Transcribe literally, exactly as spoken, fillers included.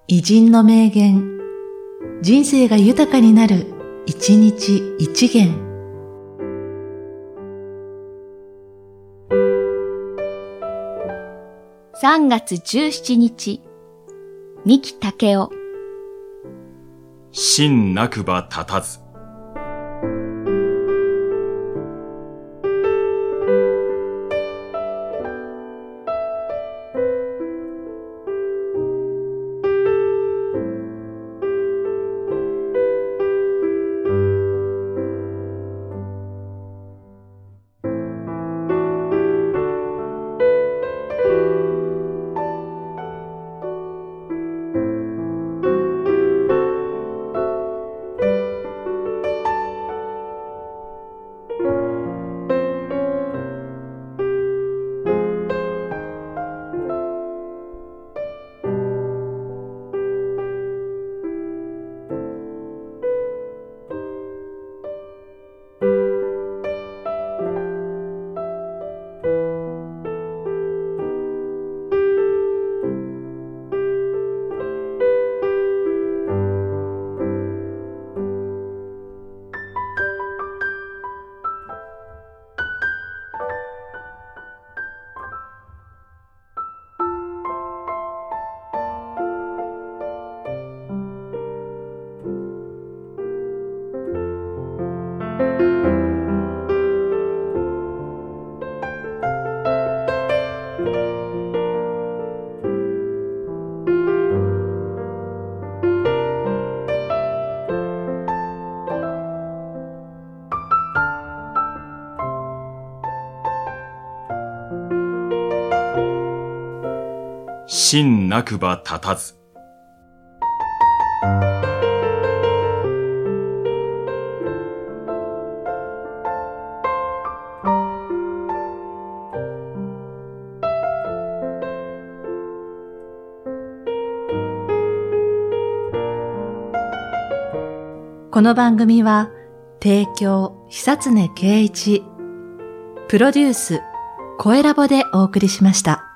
偉人の名言、人生が豊かになる、一日一元。 さんがつじゅうしちにち、三木武夫。 信なくば立たず。信なくば立たず。 この番組は提供久常圭一、プロデュース声ラボでお送りしました。